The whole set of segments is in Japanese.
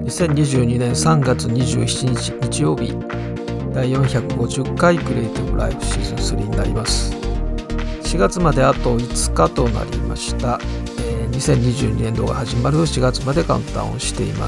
2022年3月27日日曜日、第450回クリエイティブライフシーズン3になります。4月まであと5日となりました。2022年度が始まる4月までカウントダウンしています。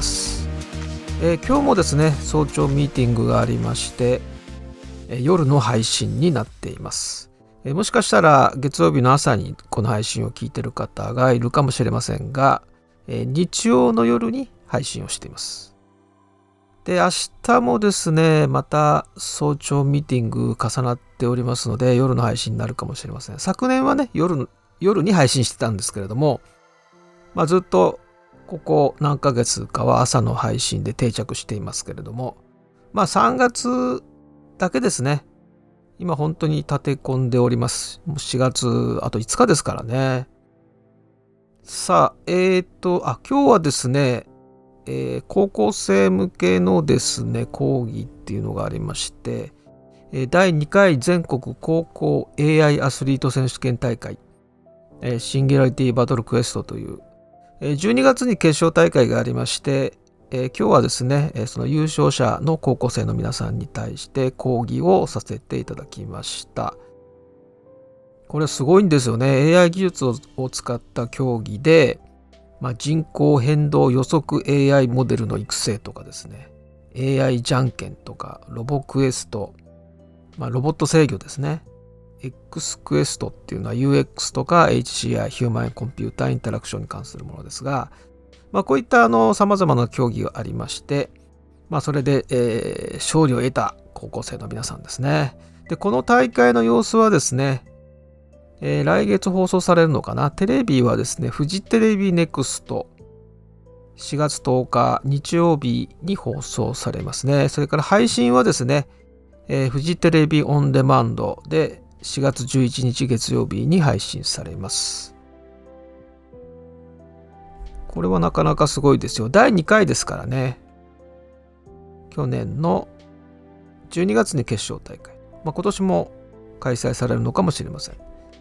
今日もですね、早朝ミーティングがありまして、夜の配信になっています。もしかしたら月曜日の朝にこの配信を聞いている方がいるかもしれませんが、日曜の夜に配信をしています。で、明日もですね、また早朝ミーティング重なっておりますので、夜の配信になるかもしれません。昨年はね、夜に配信してたんですけれども、ずっとここ何ヶ月かは朝の配信で定着していますけれども、3月だけですね。今本当に立て込んでおります。もう4月あと5日ですからね。さあ、今日はですね、高校生向けのですね、講義っていうのがありまして、第2回全国高校 AI アスリート選手権大会、シンギュラリティバトルクエストという、12月に決勝大会がありまして、今日はですね、その優勝者の高校生の皆さんに対して講義をさせていただきました。これすごいんですよね。AI 技術を使った競技で、人口変動予測 AI モデルの育成とかですね、AI じゃんけんとか、ロボクエスト、ロボット制御ですね。X クエストっていうのは UX とか HCI、ヒューマンコンピューターインタラクションに関するものですが、こういった様々な競技がありまして、それで、勝利を得た高校生の皆さんですね。で、この大会の様子はですね、来月放送されるのかな。テレビはですね、フジテレビネクスト4月10日日曜日に放送されますね。それから配信はですね、フジテレビオンデマンドで4月11日月曜日に配信されます。これはなかなかすごいですよ。第2回ですからね。去年の12月に決勝大会。今年も開催されるのかもしれません。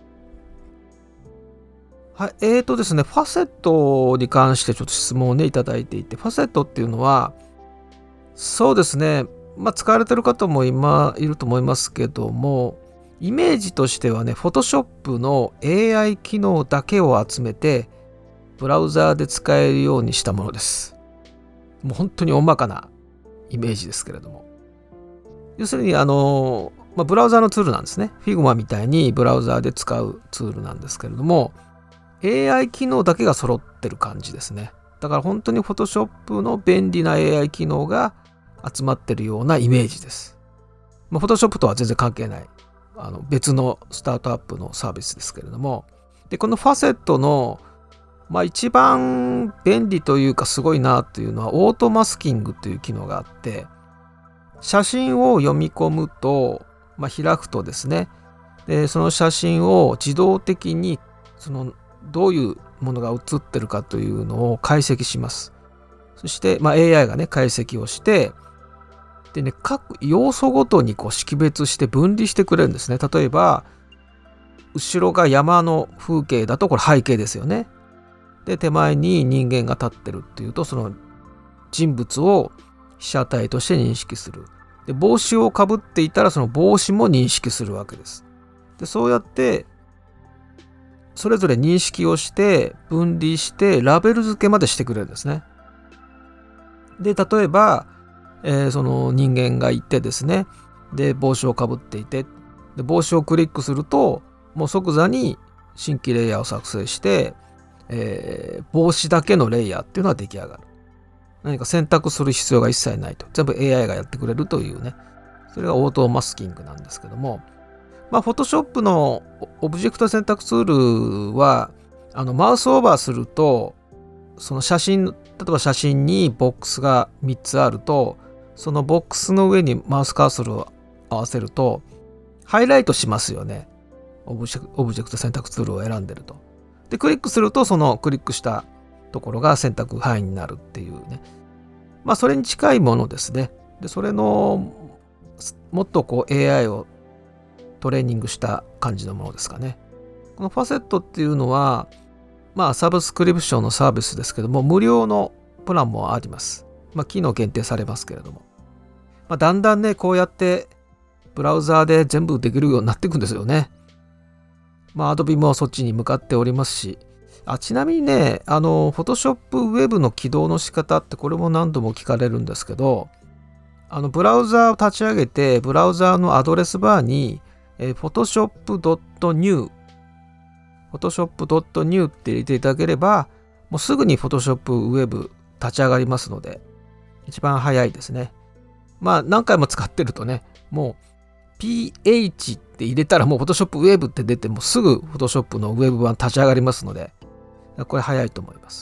はい、ですね、ファセットに関してちょっと質問をね、いただいていて、ファセットっていうのは、そうですね、使われてる方も今いると思いますけども、イメージとしてはね、Photoshop の AI 機能だけを集めて、ブラウザーで使えるようにしたものです。もう本当に大まかなイメージですけれども。要するにブラウザーのツールなんですね。Figma みたいにブラウザーで使うツールなんですけれども、AI 機能だけが揃ってる感じですね。だから本当に Photoshop の便利な AI 機能が集まってるようなイメージです。Photoshop とは全然関係ない別のスタートアップのサービスですけれども、でこのファセットの一番便利というかすごいなというのはオートマスキングという機能があって、写真を読み込むと、開くとですね、でその写真を自動的にどういうものが写ってるかというのを解析します。そして、AI がね解析をして、でね、各要素ごとに識別して分離してくれるんですね。例えば後ろが山の風景だとこれ背景ですよね。で手前に人間が立ってるっていうと、その人物を被写体として認識する。で帽子をかぶっていたらその帽子も認識するわけです。でそうやってそれぞれ認識をして分離してラベル付けまでしてくれるんですね。で例えば、その人間がいてですね、で帽子をかぶっていて、で帽子をクリックするともう即座に新規レイヤーを作成して、帽子だけのレイヤーっていうのは出来上がる。何か選択する必要が一切ないと。全部 AI がやってくれるというね。それがオートマスキングなんですけども、Photoshop のオブジェクト選択ツールはマウスオーバーすると、その写真、例えば写真にボックスが3つあると、そのボックスの上にマウスカーソルを合わせるとハイライトしますよね。オブジェクト選択ツールを選んでると。でクリックするとそのクリックしたところが選択範囲になるっていうね、それに近いものですね。でそれのもっとAI をトレーニングした感じのものですかね。このファセットっていうのはサブスクリプションのサービスですけども、無料のプランもあります。 機能限定されますけれども、だんだんねこうやってブラウザーで全部できるようになっていくんですよね。Adobe もそっちに向かっておりますし、ちなみにね、Photoshop Web の起動の仕方ってこれも何度も聞かれるんですけど、ブラウザーを立ち上げて、ブラウザーのアドレスバーに、photoshop.new って入れていただければ、もうすぐに Photoshop Web 立ち上がりますので、一番早いですね。何回も使ってるとね、もう PH って入れたらもう Photoshop Web って出て、もうすぐ Photoshop の Web 版立ち上がりますので、これ早いと思います。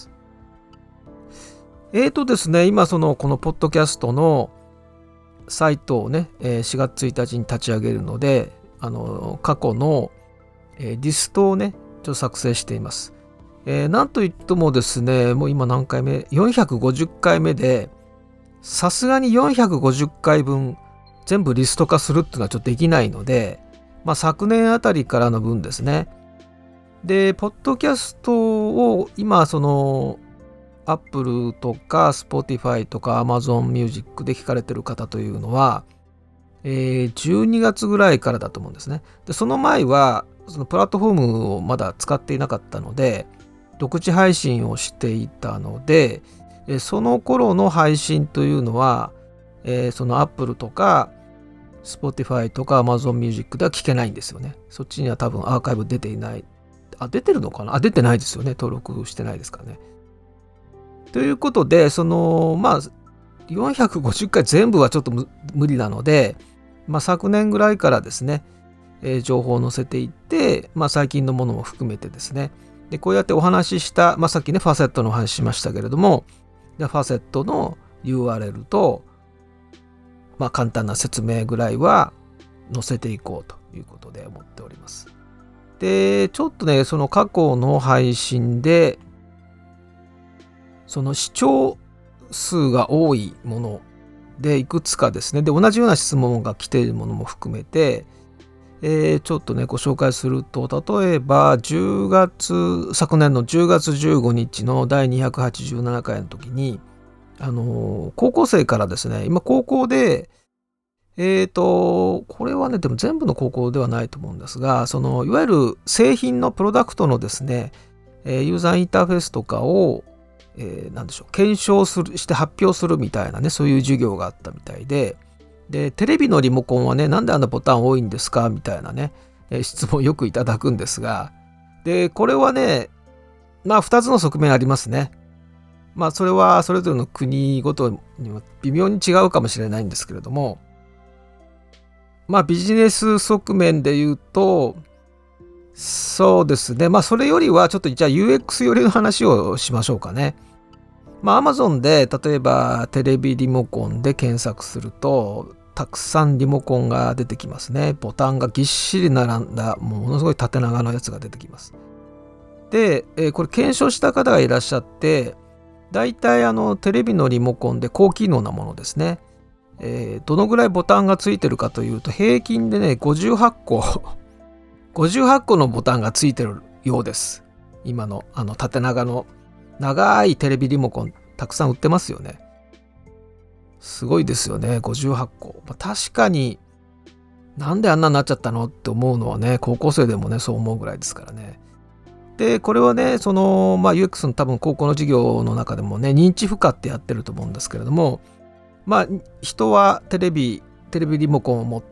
ですね、今このポッドキャストのサイトをね、4月1日に立ち上げるので、過去のリストをね、ちょっと作成しています。なんといってもですね、もう今何回目 ?450 回目で、さすがに450回分全部リスト化するっていうのはちょっとできないので、昨年あたりからの分ですね。で、ポッドキャストを今Apple とか Spotify とか Amazon Music で聞かれてる方というのは、12月ぐらいからだと思うんですね。で、その前はそのプラットフォームをまだ使っていなかったので、独自配信をしていたので、その頃の配信というのは、その Apple とか Spotify とか Amazon Music では聞けないんですよね。そっちには多分アーカイブ出ていない。出てるのかな？出てないですよね。登録してないですからね。ということで、450回全部はちょっと無理なので、昨年ぐらいからですね、情報を載せていって、最近のものも含めてですね、でこうやってお話しした、さっきねファセットの話しましたけれども、ファセットの URL と、簡単な説明ぐらいは載せていこうということで思っております。でちょっとね、その過去の配信でその視聴数が多いものでいくつかですね、で同じような質問が来ているものも含めて、ちょっとねご紹介すると、例えば昨年の10月15日の第287回の時に高校生からですね、今高校でこれはねでも全部の高校ではないと思うんですが、いわゆる製品のプロダクトのですね、ユーザーインターフェースとかを検証して発表するみたいなね、そういう授業があったみたいで、テレビのリモコンはね、なんであんなボタン多いんですかみたいなね、質問をよくいただくんですが、でこれはね、2つの側面ありますね。それはそれぞれの国ごとには微妙に違うかもしれないんですけれども、ビジネス側面で言うと、そうですね、それよりはちょっとじゃあ UX 寄りの話をしましょうかね。Amazon で例えばテレビリモコンで検索すると、たくさんリモコンが出てきますね。ボタンがぎっしり並んだ、ものすごい縦長のやつが出てきます。で、これ検証した方がいらっしゃって、だいたいテレビのリモコンで高機能なものですね。どのぐらいボタンがついてるかというと、平均でね58個のボタンがついてるようです。今の縦長の長いテレビリモコンたくさん売ってますよね。すごいですよね、58個。確かになんであんなになっちゃったのって思うのはね、高校生でもねそう思うぐらいですからね。でこれはね、UX の多分高校の授業の中でもね、認知負荷ってやってると思うんですけれども、人はテレビリモコンを持って、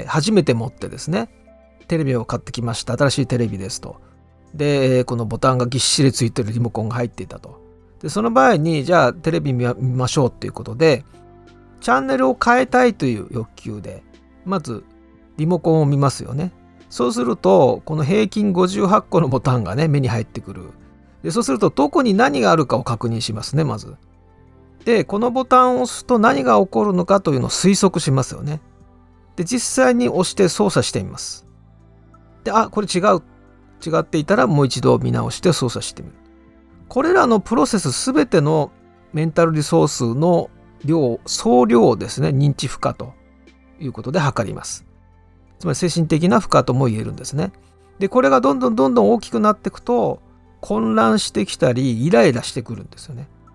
初めて持ってですね、テレビを買ってきました、新しいテレビですと。でこのボタンがぎっしりついてるリモコンが入っていたと。でその場合に、じゃあテレビ見ましょうっていうことで、チャンネルを変えたいという欲求でまずリモコンを見ますよね。そうするとこの平均58個のボタンがね目に入ってくる。でそうするとどこに何があるかを確認しますね、まず。でこのボタンを押すと何が起こるのかというのを推測しますよね。で実際に押して操作してみます。でこれ違っていたらもう一度見直して操作してみる。これらのプロセスすべてのメンタルリソースの総量をですね、認知負荷ということで測ります。つまり精神的な負荷とも言えるんですね。でこれがどんどん大きくなっていくと、混乱してきたりイライラしてくるんですよね。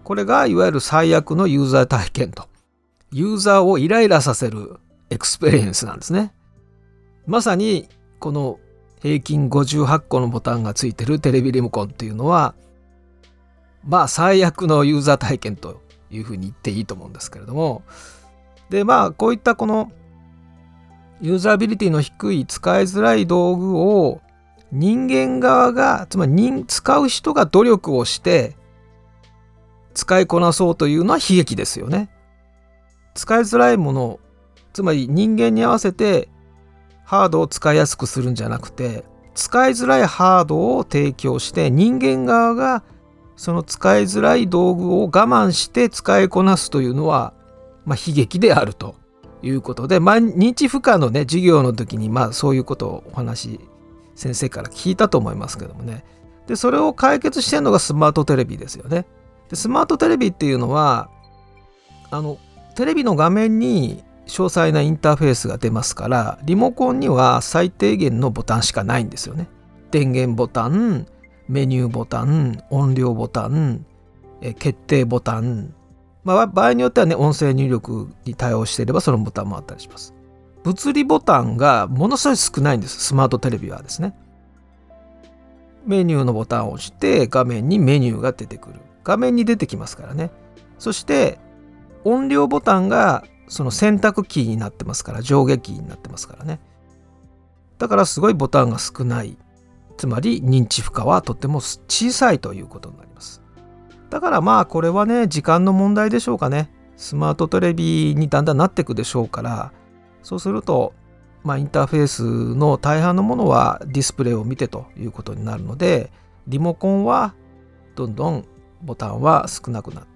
これがいわゆる最悪のユーザー体験と、ユーザーをイライラさせるエクスペリエンスなんですね。まさにこの平均58個のボタンがついてるテレビリモコンっていうのは、まあ最悪のユーザー体験というふうに言っていいと思うんですけれども、でこういったこのユーザビリティの低い使いづらい道具を人間側が、つまり使う人が努力をして使いこなそうというのは悲劇ですよね。使いづらいもの、つまり人間に合わせてハードを使いやすくするんじゃなくて、使いづらいハードを提供して人間側がその使いづらい道具を我慢して使いこなすというのは、悲劇であるということで、認知負荷のね授業の時にそういうことをお話先生から聞いたと思いますけどもね。でそれを解決してるのがスマートテレビですよね。でスマートテレビっていうのはテレビの画面に詳細なインターフェースが出ますから、リモコンには最低限のボタンしかないんですよね。電源ボタン、メニューボタン、音量ボタン、決定ボタン、場合によってはね音声入力に対応していればそのボタンもあったりします。物理ボタンがものすごい少ないんです、スマートテレビはですね。メニューのボタンを押して画面にメニューが出てくる、画面に出てきますからね。そして音量ボタンがその選択キーになってますから、上下キーになってますからね。だからすごいボタンが少ない、つまり認知負荷はとっても小さいということになります。だからこれはね時間の問題でしょうかね。スマートテレビにだんだんなっていくでしょうから、そうするとインターフェースの大半のものはディスプレイを見てということになるので、リモコンはどんどんボタンは少なくなって、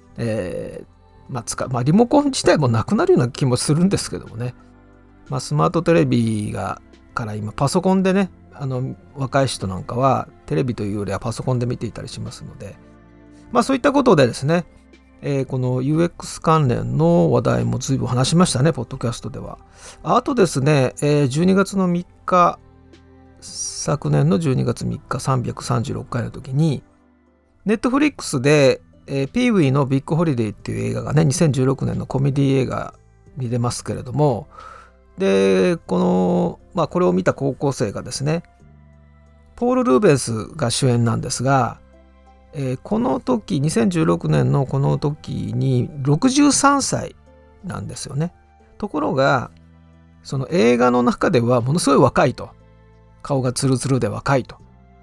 リモコン自体もなくなるような気もするんですけどもね。スマートテレビから今パソコンでね、若い人なんかはテレビというよりはパソコンで見ていたりしますので、そういったことでですね、この UX 関連の話題も随分話しましたね、ポッドキャストでは。あとですね、12月の3日、昨年の12月3日336回の時に、ネットフリックスでピーウィーのビッグホリデーっていう映画がね、2016年のコメディ映画見れますけれども、でこれを見た高校生がですね、ポール・ルーベンスが主演なんですが、この時2016年のこの時に63歳なんですよね。ところがその映画の中ではものすごい若いと、顔がツルツルで若いと、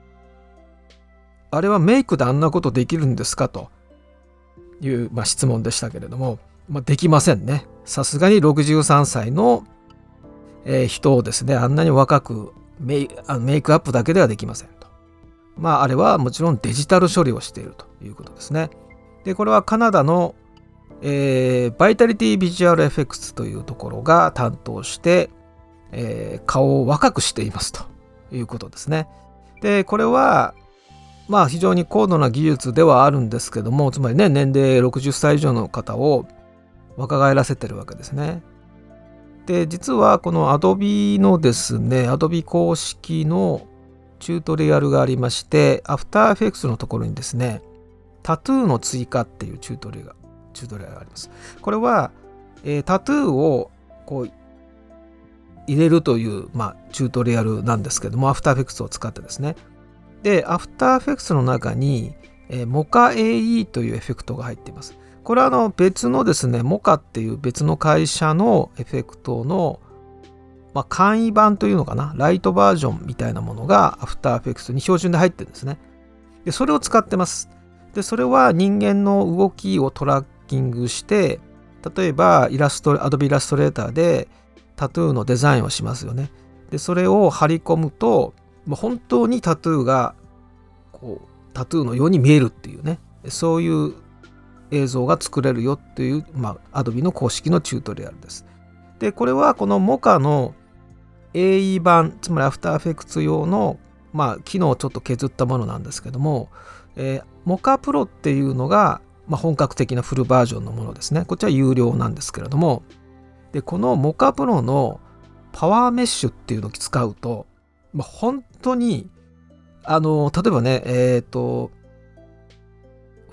あれはメイクであんなことできるんですかという、質問でしたけれども、できませんね。さすがに63歳の、人をですね、あんなに若くメイクアップだけではできませんと。あれはもちろんデジタル処理をしているということですね。でこれはカナダの、バイタリティビジュアルエフェクツというところが担当して、顔を若くしていますということですね。でこれは非常に高度な技術ではあるんですけども、つまりね年齢60歳以上の方を若返らせてるわけですね。で実はこの Adobe のですね、 Adobe 公式のチュートリアルがありまして、アフターエフェクツのところにですね、タトゥーの追加っていうチュートリアルがあります。これは、タトゥーをこう入れるという、チュートリアルなんですけども、アフターエフェクツを使ってですね。でアフターエフェクツの中に、モカ AE というエフェクトが入っています。これは別のですね、モカっていう別の会社のエフェクトの簡易版というのかな、ライトバージョンみたいなものがアフターエフェクツに標準で入ってるんですね。でそれを使ってます。でそれは人間の動きをトラッキングして、例えばAdobe イラストレーターでタトゥーのデザインをしますよね。でそれを貼り込むと本当にタトゥーがタトゥーのように見えるっていうね、そういう映像が作れるよっていう、Adobe の公式のチュートリアルです。でこれはこのモカの AE 版、つまりアフターエフェクツ用の、機能をちょっと削ったものなんですけども、モカプロっていうのが、本格的なフルバージョンのものですね。こっちは有料なんですけれども、でこのモカプロのパワーメッシュっていうのを使うと、本当に例えばね、フ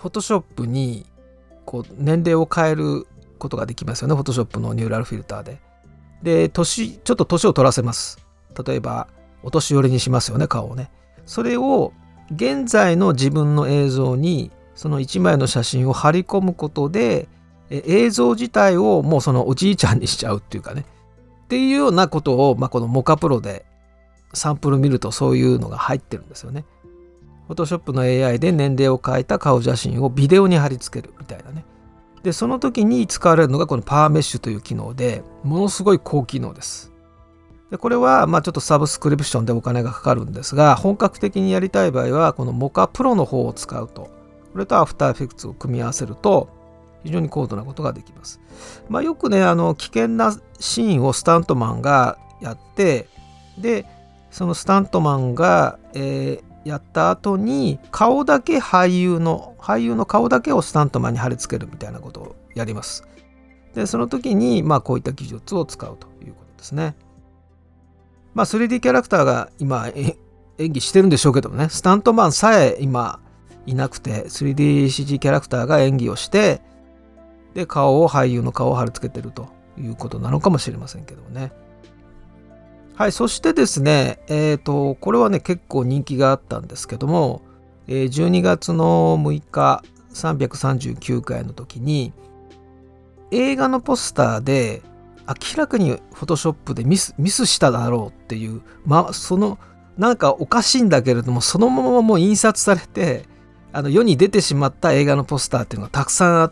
フォトショップにこう年齢を変えることができますよね。フォトショップのニューラルフィルターで。で、ちょっと年を取らせます。例えばお年寄りにしますよね、顔をね。それを現在の自分の映像にその1枚の写真を貼り込むことで、映像自体をもうそのおじいちゃんにしちゃうっていうかね、っていうようなことを、このモカプロでサンプル見るとそういうのが入ってるんですよね。フォトショップの AI で年齢を変えた顔写真をビデオに貼り付けるみたいなね。でその時に使われるのがこのパワーメッシュという機能で、ものすごい高機能です。でこれはちょっとサブスクリプションでお金がかかるんですが、本格的にやりたい場合はこのモカプロの方を使うと、これとアフターエフェクツを組み合わせると非常に高度なことができます。よくね、危険なシーンをスタントマンがやって、でそのスタントマンが、やった後に顔だけ俳優の顔だけをスタントマンに貼り付けるみたいなことをやります。でその時にこういった技術を使うということですね。3D キャラクターが今演技してるんでしょうけどもね、スタントマンさえ今いなくて 3DCG キャラクターが演技をして、で俳優の顔を貼り付けてるということなのかもしれませんけどね。はい、そしてですね、これはね結構人気があったんですけども、12月の6日339回の時に映画のポスターで明らかにフォトショップでミスしただろうっていう、そのなんかおかしいんだけれども、そのままもう印刷されて世に出てしまった映画のポスターっていうのがたくさんあって、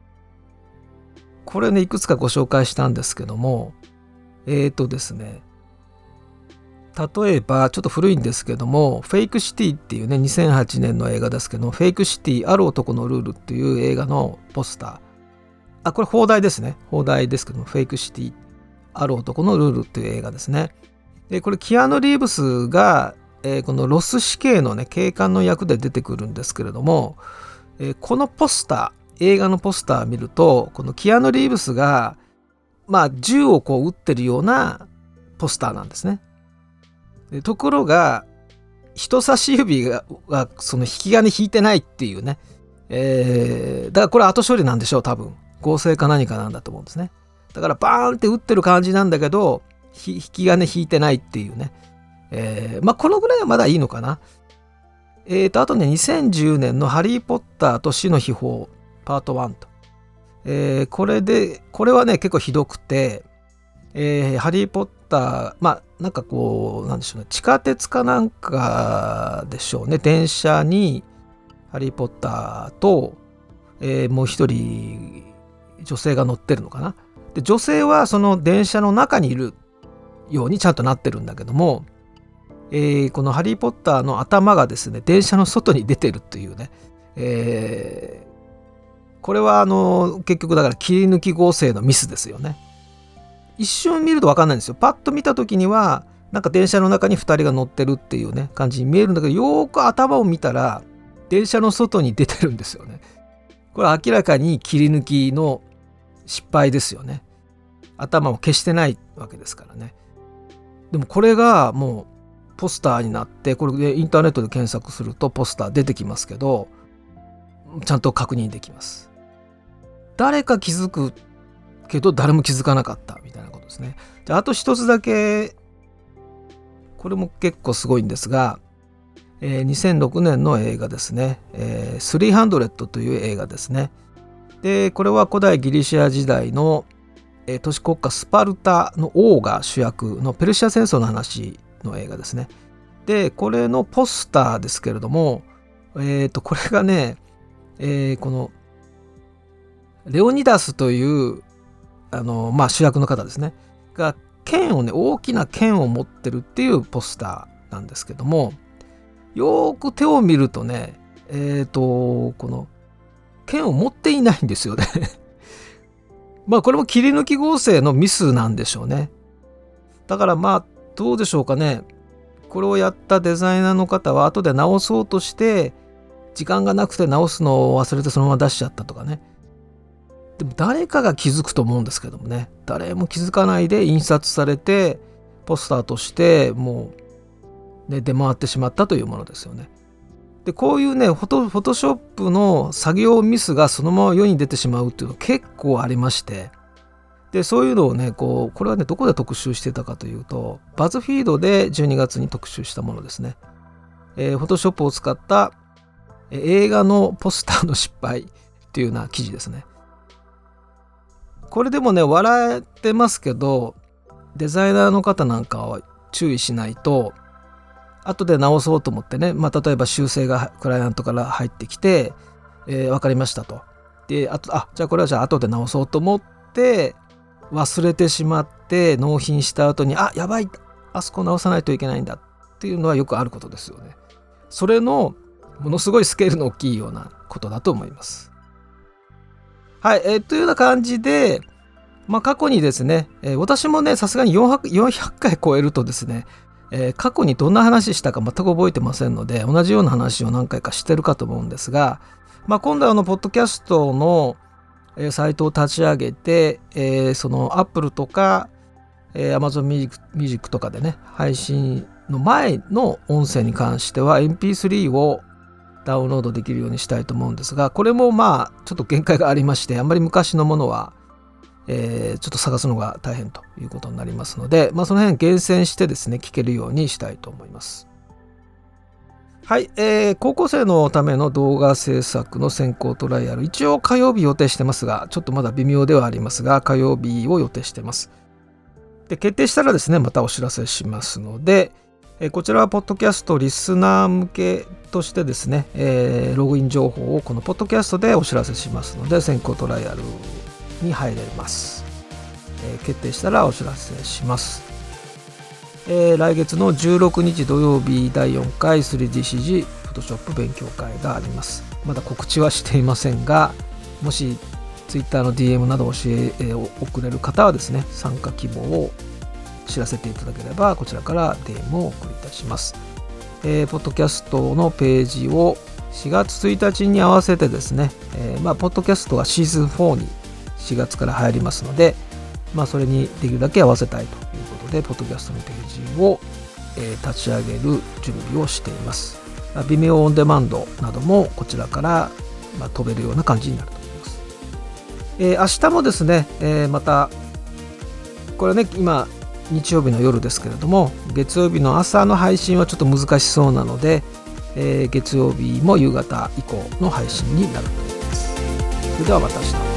これねいくつかご紹介したんですけども、ですね、例えばちょっと古いんですけども、フェイクシティっていうね2008年の映画ですけども、フェイクシティある男のルールっていう映画のポスター、これ放題ですね、放題ですけども、フェイクシティある男のルールっていう映画ですね。でこれキアヌ・リーブスが、このロス死刑のね警官の役で出てくるんですけれども、このポスター、映画のポスター見ると、このキアヌ・リーブスが銃をこう撃ってるようなポスターなんですね。でところが人差し指がその引き金引いてないっていうね、だからこれ後処理なんでしょう、多分合成か何かなんだと思うんですね。だからバーンって撃ってる感じなんだけど引き金引いてないっていうね、このぐらいはまだいいのかな。あとね、2010年のハリー・ポッターと死の秘宝パート1と、これはね結構ひどくて、ハリー・ポッター、なんかこうなんでしょうね、地下鉄かなんかでしょうね、電車にハリー・ポッターと、もう一人女性が乗ってるのかな。で女性はその電車の中にいるようにちゃんとなってるんだけども、このハリー・ポッターの頭がですね電車の外に出てるっていうね、これは結局だから切り抜き合成のミスですよね。一瞬見ると分かんないんですよ。パッと見た時にはなんか電車の中に2人が乗ってるっていうね感じに見えるんだけど、よーく頭を見たら電車の外に出てるんですよね。これ明らかに切り抜きの失敗ですよね。頭を消してないわけですからね。でもこれがもうポスターになって、これでインターネットで検索するとポスター出てきますけど、ちゃんと確認できます。誰か気づくけど誰も気づかなかったみたいなことですね。じゃあ、あと一つだけ、これも結構すごいんですが、2006年の映画ですね、300という映画ですね。でこれは古代ギリシア時代の、都市国家スパルタの王が主役のペルシア戦争の話の映画ですね。でこれのポスターですけれども、これがね、このレオニダスという主役の方ですねが剣をね、大きな剣を持ってるっていうポスターなんですけども、よーく手を見るとね、この剣を持っていないんですよねこれも切り抜き合成のミスなんでしょうね。だからどうでしょうかね、これをやったデザイナーの方は後で直そうとして時間がなくて直すのを忘れてそのまま出しちゃったとかね。でも誰かが気づくと思うんですけどもね、誰も気づかないで印刷されてポスターとしてもう、ね、出回ってしまったというものですよね。 でこういうねフォトショップの作業ミスがそのまま世に出てしまうっていうのが結構ありまして、でそういうのをねこれはねどこで特集してたかというと、バズフィードで12月に特集したものですね。フォトショップを使った映画のポスターの失敗っていうような記事ですね。これでもね笑えてますけど、デザイナーの方なんかは注意しないと、後で直そうと思ってね、例えば修正がクライアントから入ってきて、分かりましたと。でじゃあこれはじゃあ後で直そうと思って忘れてしまって納品した後にやばい、あそこ直さないといけないんだっていうのはよくあることですよね。それのものすごいスケールの大きいようなことだと思います。はい、というような感じで、過去にですね、私もねさすがに400回超えるとですね、過去にどんな話したか全く覚えてませんので、同じような話を何回かしてるかと思うんですが、今度はポッドキャストのサイトを立ち上げて、その Apple とか、Amazon Music とかでね配信の前の音声に関しては MP3 をダウンロードできるようにしたいと思うんですが、これもちょっと限界がありまして、あんまり昔のものはちょっと探すのが大変ということになりますので、その辺厳選してですね聞けるようにしたいと思います。はい、高校生のための動画制作の先行トライアル、一応火曜日予定してますが、ちょっとまだ微妙ではありますが火曜日を予定してます。で決定したらですねまたお知らせしますので、こちらはポッドキャストリスナー向けとしてですね、ログイン情報をこのポッドキャストでお知らせしますので、先行トライアルに入れます。決定したらお知らせします。来月の16日土曜日第4回 3DCG フォトショップ勉強会があります。まだ告知はしていませんが、もし Twitter の DM など送れる方はですね、参加希望を知らせていただければこちらから DM をお送りいたします。ポッドキャストのページを4月1日に合わせてですね、ポッドキャストはシーズン4に4月から入りますので、それにできるだけ合わせたいということで、ポッドキャストのページを、立ち上げる準備をしています。微妙オンデマンドなどもこちらから、飛べるような感じになると思います。明日もですね、またこれね今日曜日の夜ですけれども、月曜日の朝の配信はちょっと難しそうなので、月曜日も夕方以降の配信になると思います。それではまた明日。